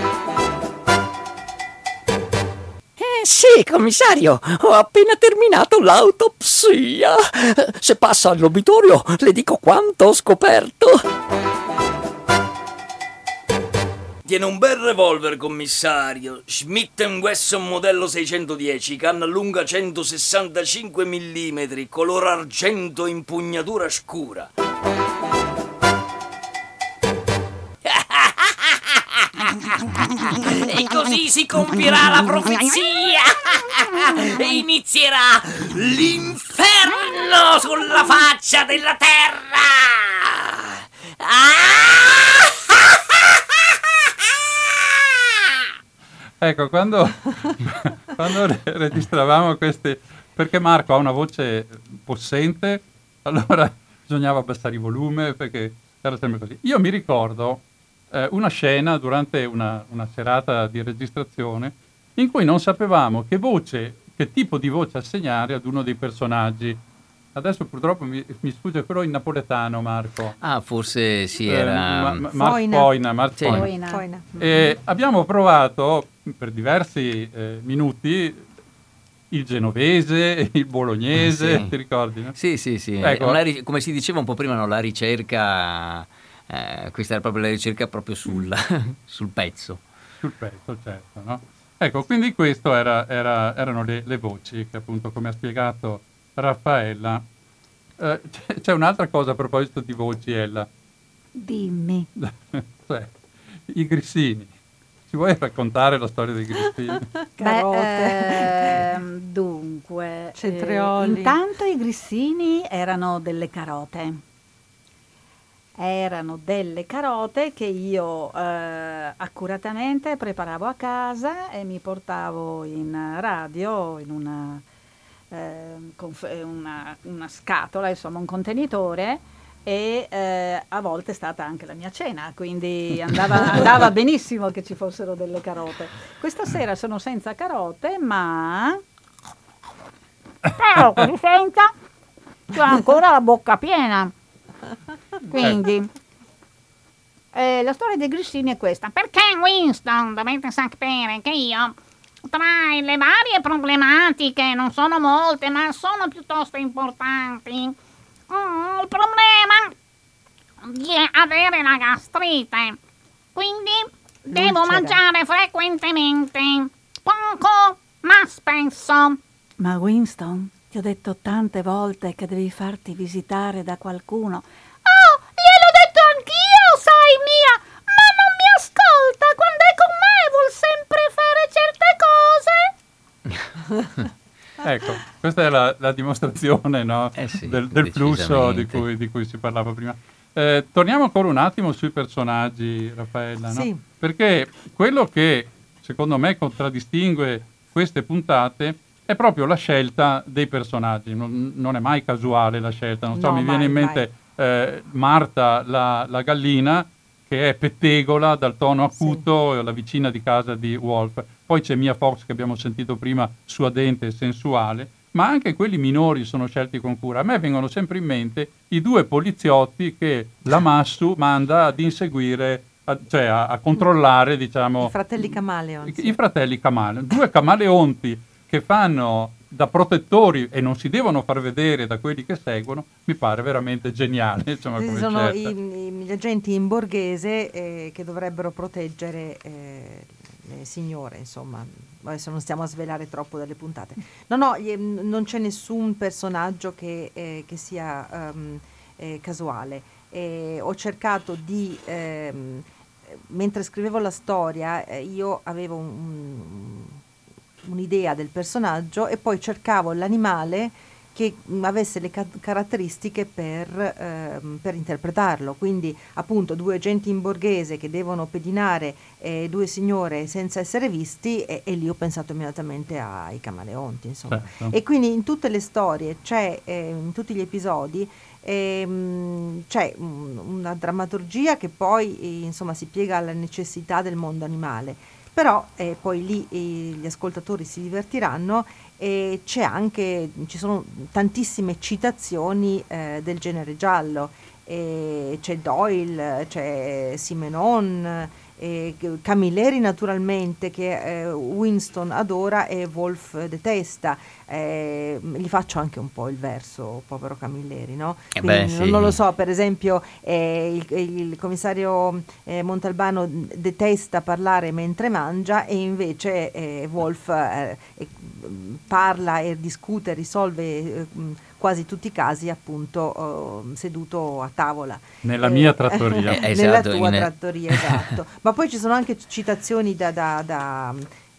Sì, commissario, ho appena terminato l'autopsia. Se passa all'obitorio le dico quanto ho scoperto. Tiene un bel revolver, commissario. Smith & Wesson modello 610, canna lunga 165 mm, color argento, impugnatura scura. E così si compierà la profezia e inizierà l'inferno sulla faccia della terra. Ecco, quando registravamo queste, perché Marco ha una voce possente, allora bisognava abbassare il volume perché era sempre così. Io mi ricordo una scena durante una serata di registrazione in cui non sapevamo che tipo di voce assegnare ad uno dei personaggi. Adesso purtroppo mi sfugge quello in napoletano, Marco. Ah, forse sì, era... Mark Sì. Foina. E abbiamo provato per diversi minuti il genovese, il bolognese, Sì. ti ricordi? No? Sì. Ecco. Come si diceva un po' prima, no, la ricerca, questa era proprio la ricerca proprio sul pezzo. Sul pezzo, certo. No? Ecco, quindi questo erano le voci che appunto, come ha spiegato Raffaella. C'è un'altra cosa a proposito di voci, Ella. Dimmi. Cioè, i grissini. Ci vuoi raccontare la storia dei grissini? Dunque, Cetrioli. intanto i grissini erano delle carote. Erano delle carote che io accuratamente preparavo a casa e mi portavo in radio, in una scatola, insomma un contenitore, e a volte è stata anche la mia cena, quindi andava benissimo che ci fossero delle carote. Questa sera sono senza carote, ma però così senza c'ho ancora la bocca piena. Quindi la storia dei grissini è questa. Perché, Winston, dovete sapere che io, tra le varie problematiche, non sono molte, ma sono piuttosto importanti, ho il problema di avere la gastrite. Quindi devo mangiare frequentemente, poco ma spesso. Ma Winston, ti ho detto tante volte che devi farti visitare da qualcuno. Oh, gliel'ho detto anch'io, sai mia, ma non mi ascolta. Quando è con me vuol sempre fare certe cose. Ecco, questa è la dimostrazione, no? Sì, del flusso di decisamente. cui si parlava prima. Torniamo ancora un attimo sui personaggi, Raffaella, no? Sì. Perché quello che secondo me contraddistingue queste puntate è proprio la scelta dei personaggi. Non è mai casuale la scelta, non so, No, mi viene in mai, mente Marta, la gallina, che è pettegola dal tono acuto, la vicina di casa di Wolf. Poi c'è Mia Fox, che abbiamo sentito prima, suadente e sensuale, ma anche quelli minori sono scelti con cura. A me vengono sempre in mente i 2 poliziotti che la Massu manda ad inseguire, cioè a controllare, diciamo... I fratelli Camaleon. I fratelli Camaleon, 2 camaleonti che fanno da protettori e non si devono far vedere da quelli che seguono, mi pare veramente geniale. Insomma, Questi come sono scelta. gli agenti in borghese che dovrebbero proteggere le signore, insomma. Adesso non stiamo a svelare troppo delle puntate. Non c'è nessun personaggio che sia casuale. Ho cercato di mentre scrivevo la storia io avevo un'idea del personaggio e poi cercavo l'animale che avesse le caratteristiche per interpretarlo, quindi appunto 2 agenti in borghese che devono pedinare 2 signore senza essere visti e lì ho pensato immediatamente ai camaleonti, insomma. Certo. E quindi in tutte le storie c'è, in tutti gli episodi c'è una drammaturgia che poi insomma si piega alla necessità del mondo animale, però poi lì gli ascoltatori si divertiranno e ci sono tantissime citazioni del genere giallo, c'è Doyle, c'è Simenon, Camilleri naturalmente che Winston adora e Wolf detesta, gli faccio anche un po' il verso, povero Camilleri, no? Quindi sì. non lo so, per esempio il commissario Montalbano detesta parlare mentre mangia e invece Wolf parla e discute, risolve quasi tutti i casi appunto seduto a tavola. Nella mia trattoria. Nella Esatto, tua trattoria, esatto. Ma poi ci sono anche citazioni da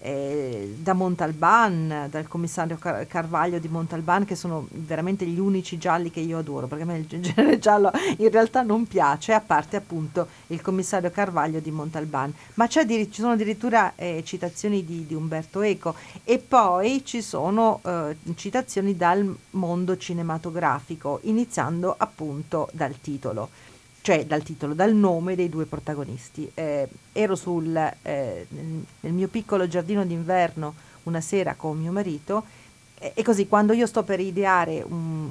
Montalban, dal commissario Carvaglio di Montalban, che sono veramente gli unici gialli che io adoro, perché a me il genere giallo in realtà non piace, a parte appunto il commissario Carvaglio di Montalban. Ma ci sono addirittura citazioni di Umberto Eco e poi ci sono citazioni dal mondo cinematografico, iniziando appunto dal titolo. Cioè dal nome dei 2 protagonisti. Ero nel mio piccolo giardino d'inverno una sera con mio marito e così quando io sto per ideare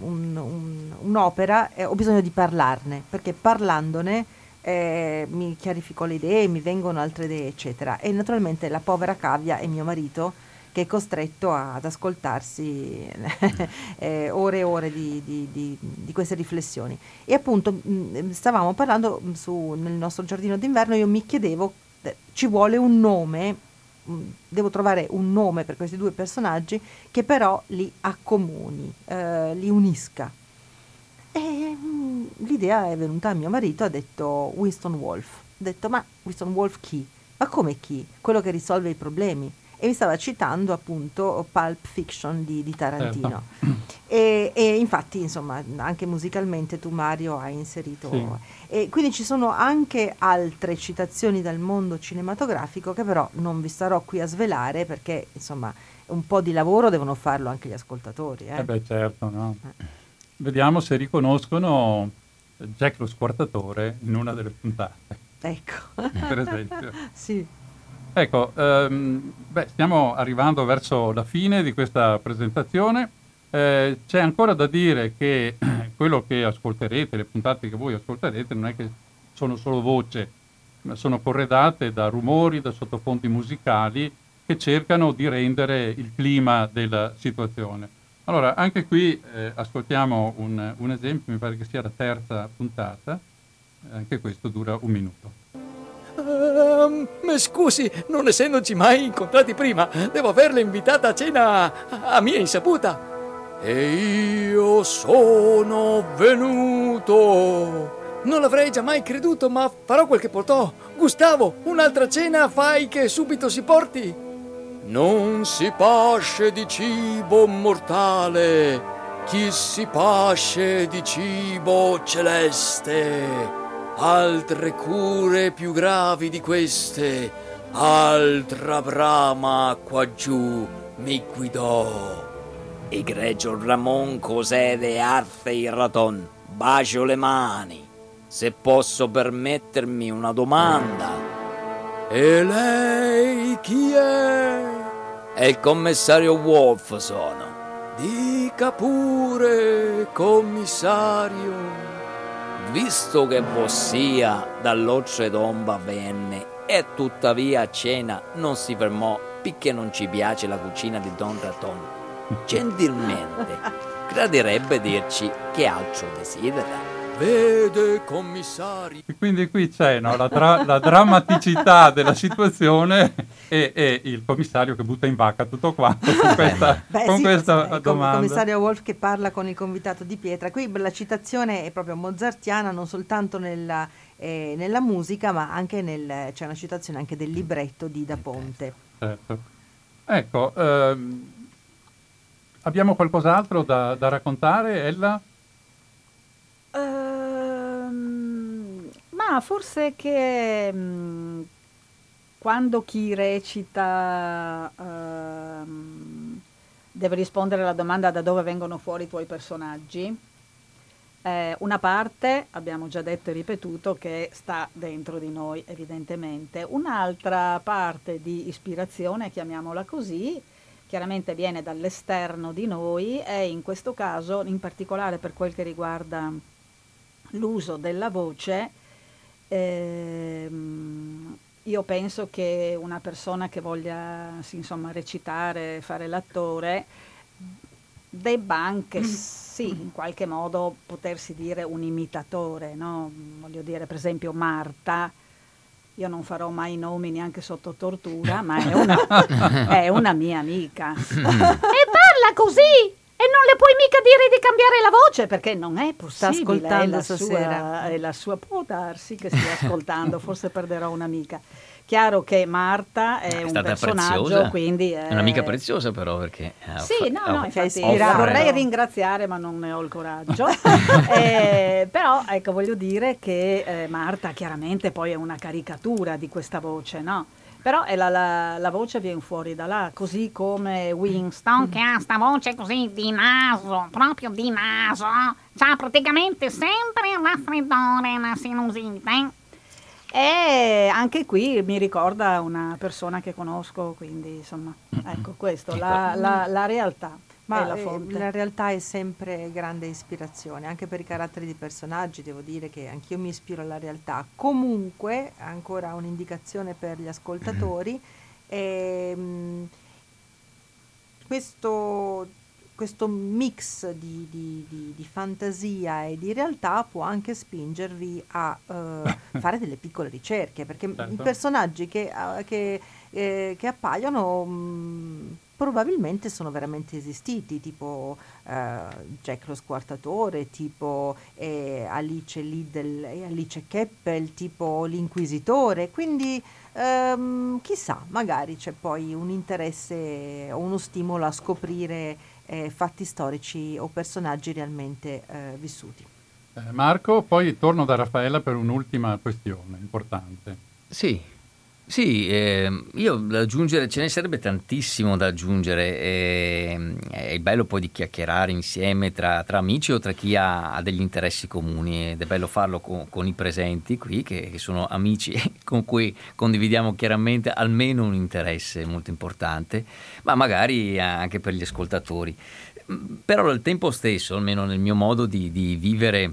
un'opera ho bisogno di parlarne, perché parlandone mi chiarifico le idee, mi vengono altre idee, eccetera. E naturalmente la povera cavia è mio marito, che è costretto ad ascoltarsi ore e ore di queste riflessioni. E appunto stavamo parlando nel nostro giardino d'inverno, io mi chiedevo, ci vuole un nome, devo trovare un nome per questi 2 personaggi che però li accomuni, li unisca. E l'idea è venuta a mio marito, ha detto Winston Wolf. Ho detto, ma Winston Wolf chi? Ma come chi? Quello che risolve i problemi. E mi stava citando appunto Pulp Fiction di Tarantino. E infatti insomma anche musicalmente tu, Mario, hai inserito e quindi ci sono anche altre citazioni dal mondo cinematografico che però non vi starò qui a svelare, perché insomma un po' di lavoro devono farlo anche gli ascoltatori. Beh, certo, no? Vediamo se riconoscono Jack lo squartatore in una delle puntate, Ecco. per esempio. Sì. Ecco, stiamo arrivando verso la fine di questa presentazione. C'è ancora da dire che quello che ascolterete, le puntate che voi ascolterete, non è che sono solo voce, ma sono corredate da rumori, da sottofondi musicali che cercano di rendere il clima della situazione. Allora, anche qui ascoltiamo un esempio, mi pare che sia la 3ª puntata, anche questo dura 1 minuto. Scusi, non essendoci mai incontrati prima, devo averla invitata a cena a mia insaputa. E io sono venuto. Non l'avrei già mai creduto, ma farò quel che potrò. Gustavo, un'altra cena fai che subito si porti. Non si pasce di cibo mortale, chi si pasce di cibo celeste. Altre cure più gravi di queste, altra brama qua giù mi guidò. Egregio Ramon Cosede Arfe il Raton, bacio le mani. Se posso permettermi una domanda. E lei chi è? È il commissario Wolf, sono. Dica pure, commissario. Visto che vossia dall'Occe d'Omba venne e tuttavia a cena non si fermò perché non ci piace la cucina di Don Raton, gentilmente graderebbe dirci che altro desidera. Vede, commissario. E quindi qui c'è, no, la drammaticità della situazione e il commissario che butta in vacca tutto quanto con questa, Il domanda. commissario Wolf che parla con il convitato di pietra. Qui la citazione è proprio mozartiana, non soltanto nella musica, ma anche c'è una citazione anche del libretto di Da Ponte. Certo. Ecco, abbiamo qualcos'altro da raccontare, Ella? Ma forse che quando chi recita deve rispondere alla domanda da dove vengono fuori i tuoi personaggi, una parte, abbiamo già detto e ripetuto, che sta dentro di noi evidentemente, un'altra parte di ispirazione, chiamiamola così, chiaramente viene dall'esterno di noi e in questo caso, in particolare per quel che riguarda l'uso della voce, io penso che una persona che voglia recitare, fare l'attore, debba anche sì, in qualche modo potersi dire un imitatore, no? Voglio dire, per esempio Marta, io non farò mai i nomi neanche sotto tortura, ma è una mia amica. E parla così! E non le puoi mica dire di cambiare la voce, perché non è possibile. Sta ascoltando stasera. Può darsi che stia ascoltando, forse perderò un'amica. Chiaro che Marta è un personaggio, preziosa. quindi È un'amica preziosa però, perché sì, infatti ispirata. vorrei ringraziare, ma non ne ho il coraggio. Però ecco, voglio dire che Marta chiaramente poi è una caricatura di questa voce, no? Però la voce viene fuori da là, così come Winston, Che ha sta voce così di naso, proprio di naso. C'ha praticamente sempre il raffreddore, la sinusite. e anche qui mi ricorda una persona che conosco, quindi insomma, ecco questo, la realtà è Ma la fonte. la realtà è sempre grande ispirazione, anche per i caratteri di personaggi, devo dire che anch'io mi ispiro alla realtà. Comunque, ancora un'indicazione per gli ascoltatori, questo mix di fantasia e di realtà può anche spingervi a fare delle piccole ricerche, perché i Certo. personaggi che appaiono probabilmente sono veramente esistiti, tipo Jack lo squartatore, tipo Alice Liddell e Alice Keppel, tipo l'Inquisitore, quindi chissà, magari c'è poi un interesse o uno stimolo a scoprire fatti storici o personaggi realmente vissuti. Marco, poi torno da Raffaella per un'ultima questione importante. Sì, io da aggiungere, ce ne sarebbe tantissimo da aggiungere, è il bello poi di chiacchierare insieme tra amici o tra chi ha degli interessi comuni, ed è bello farlo con i presenti qui, che sono amici con cui condividiamo chiaramente almeno un interesse molto importante, ma magari anche per gli ascoltatori. Però al tempo stesso, almeno nel mio modo di vivere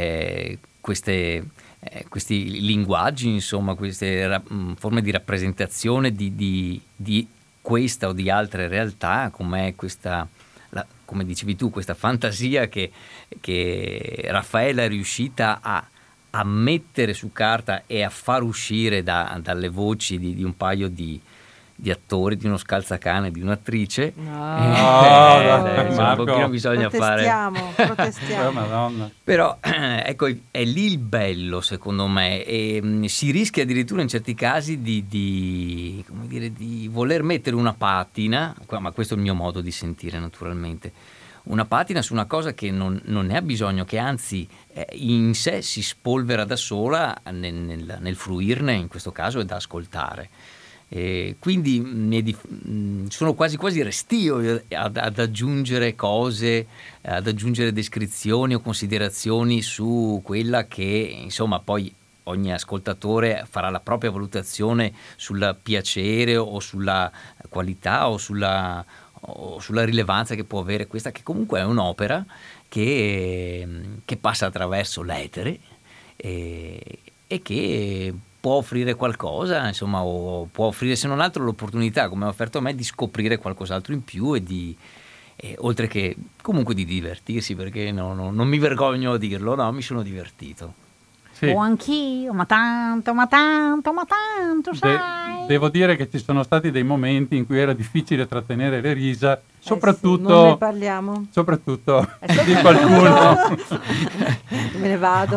questi linguaggi, insomma, queste forme di rappresentazione di questa o di altre realtà, come questa, come dicevi tu, questa fantasia che Raffaella è riuscita a mettere su carta e a far uscire dalle voci di un paio di attori, di uno scalzacane, di un'attrice. Marco. Un pochino bisogna Protestiamo. Madonna. Però ecco, è lì il bello, secondo me, e si rischia addirittura in certi casi di voler mettere una patina, ma questo è il mio modo di sentire naturalmente, una patina su una cosa che non ne ha bisogno, che anzi in sé si spolvera da sola nel fruirne, in questo caso è da ascoltare. Quindi sono quasi restio ad aggiungere cose, ad aggiungere descrizioni o considerazioni su quella che, insomma, poi ogni ascoltatore farà la propria valutazione sul piacere o sulla qualità o sulla rilevanza che può avere questa, che comunque è un'opera che passa attraverso l'etere e che può offrire qualcosa, insomma, o può offrire, se non altro, l'opportunità, come ha offerto a me, di scoprire qualcos'altro in più e E oltre che comunque di divertirsi, perché non mi vergogno a dirlo, no, mi sono divertito. Sì. O anch'io, ma tanto, sai. Devo dire che ci sono stati dei momenti in cui era difficile trattenere le risa, soprattutto, sì, non ne parliamo. soprattutto di qualcuno. Me ne vado.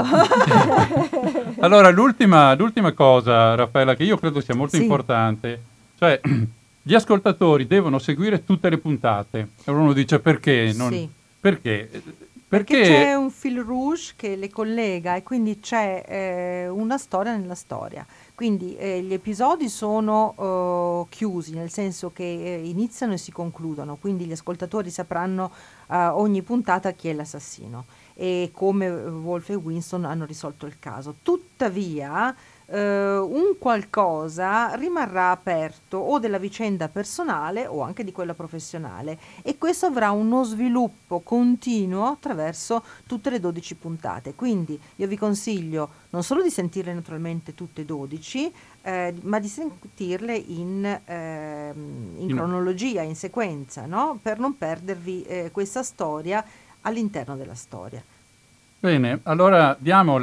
Allora, l'ultima cosa, Raffaella, che io credo sia molto Sì. importante, cioè gli ascoltatori devono seguire tutte le puntate. E uno dice perché? Sì. Perché? Perché c'è un fil rouge che le collega e quindi c'è una storia nella storia. Quindi gli episodi sono chiusi, nel senso che iniziano e si concludono, quindi gli ascoltatori sapranno ogni puntata chi è l'assassino e come Wolf e Winston hanno risolto il caso. Tuttavia un qualcosa rimarrà aperto o della vicenda personale o anche di quella professionale, e questo avrà uno sviluppo continuo attraverso tutte le 12 puntate. Quindi io vi consiglio non solo di sentirle naturalmente tutte e 12, ma di sentirle in cronologia, in sequenza, no? Per non perdervi questa storia all'interno della storia. Bene, allora diamo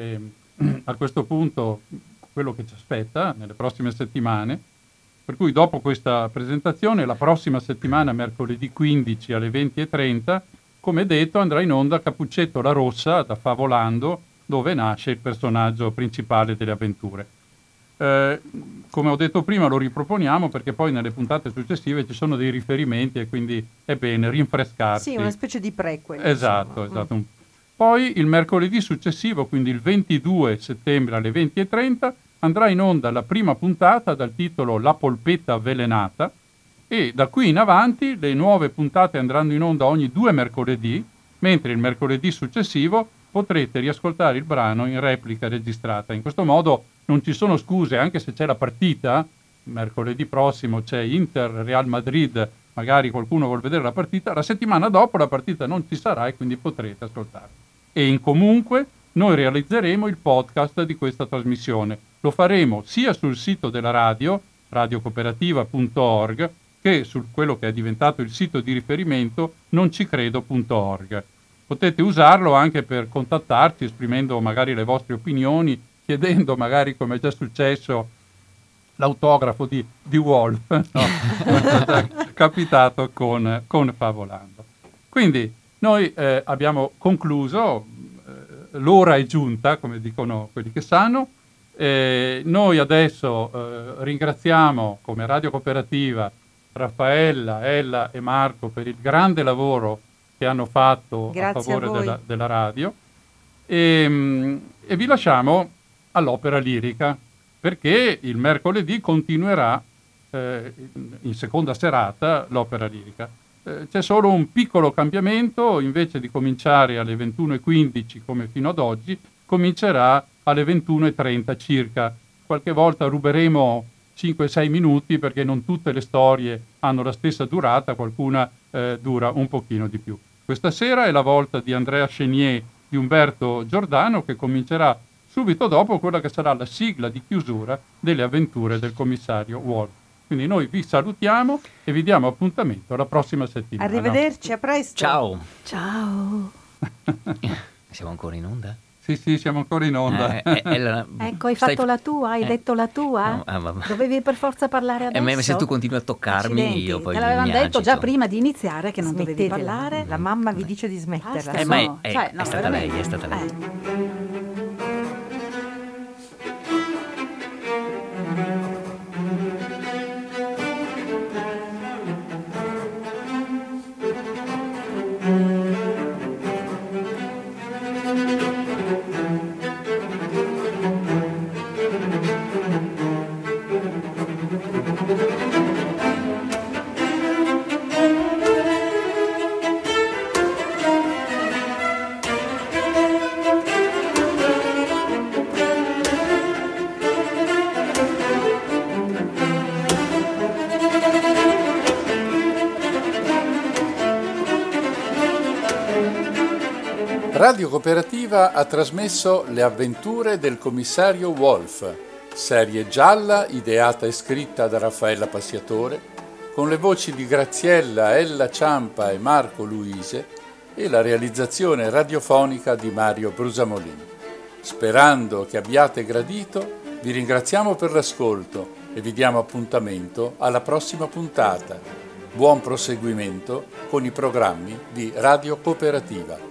a questo punto quello che ci aspetta nelle prossime settimane, per cui dopo questa presentazione la prossima settimana, mercoledì 15 alle 20:30, come detto, andrà in onda Cappuccetto la Rossa da Favolando, dove nasce il personaggio principale delle avventure. Come ho detto prima, lo riproponiamo perché poi nelle puntate successive ci sono dei riferimenti e quindi è bene rinfrescarsi. Sì, una specie di prequel. Esatto, insomma. esatto. Poi il mercoledì successivo, quindi il 22 settembre alle 20:30, andrà in onda la prima puntata dal titolo La polpetta avvelenata, e da qui in avanti le nuove puntate andranno in onda ogni 2 mercoledì, mentre il mercoledì successivo potrete riascoltare il brano in replica registrata. In questo modo non ci sono scuse, anche se c'è la partita, mercoledì prossimo c'è Inter-Real Madrid, magari qualcuno vuol vedere la partita, la settimana dopo la partita non ci sarà e quindi potrete ascoltarla. E in comunque noi realizzeremo il podcast di questa trasmissione. Lo faremo sia sul sito della radio, radiocooperativa.org, che su quello che è diventato il sito di riferimento noncicredo.org. Potete usarlo anche per contattarci, esprimendo magari le vostre opinioni, chiedendo magari, come è già successo, l'autografo di Wolf, no? È già capitato con Favolando. Quindi noi abbiamo concluso, l'ora è giunta, come dicono quelli che sanno. Noi adesso ringraziamo come Radio Cooperativa Raffaella, Ella e Marco per il grande lavoro che hanno fatto a favore della radio, e vi lasciamo all'opera lirica, perché il mercoledì continuerà in seconda serata l'opera lirica. C'è solo un piccolo cambiamento: invece di cominciare alle 21:15 come fino ad oggi, comincerà alle 21:30 circa. Qualche volta ruberemo 5-6 minuti perché non tutte le storie hanno la stessa durata, qualcuna dura un pochino di più. Questa sera è la volta di Andrea Chenier di Umberto Giordano, che comincerà subito dopo quella che sarà la sigla di chiusura delle avventure del commissario Wolf. Quindi noi vi salutiamo e vi diamo appuntamento alla prossima settimana. Arrivederci, a presto. Ciao. Ciao. Siamo ancora in onda? Sì, siamo ancora in onda. Ecco, hai fatto la tua, hai detto la tua. No, Dovevi per forza parlare adesso. Ma se tu continui a toccarmi, Accidenti, io poi te l'avevano mi detto già agito. prima di iniziare che non dovevi Smettetela. parlare. La mamma vi dice di smetterla. Basta, Ma no. è Cioè, no, stata lei, veramente. è stata lei. Radio Cooperativa ha trasmesso Le avventure del commissario Wolf, serie gialla ideata e scritta da Raffaella Passiatore, con le voci di Graziella, Ella Ciampa e Marco Luise e la realizzazione radiofonica di Mario Brusamolin. Sperando che abbiate gradito, vi ringraziamo per l'ascolto e vi diamo appuntamento alla prossima puntata. Buon proseguimento con i programmi di Radio Cooperativa.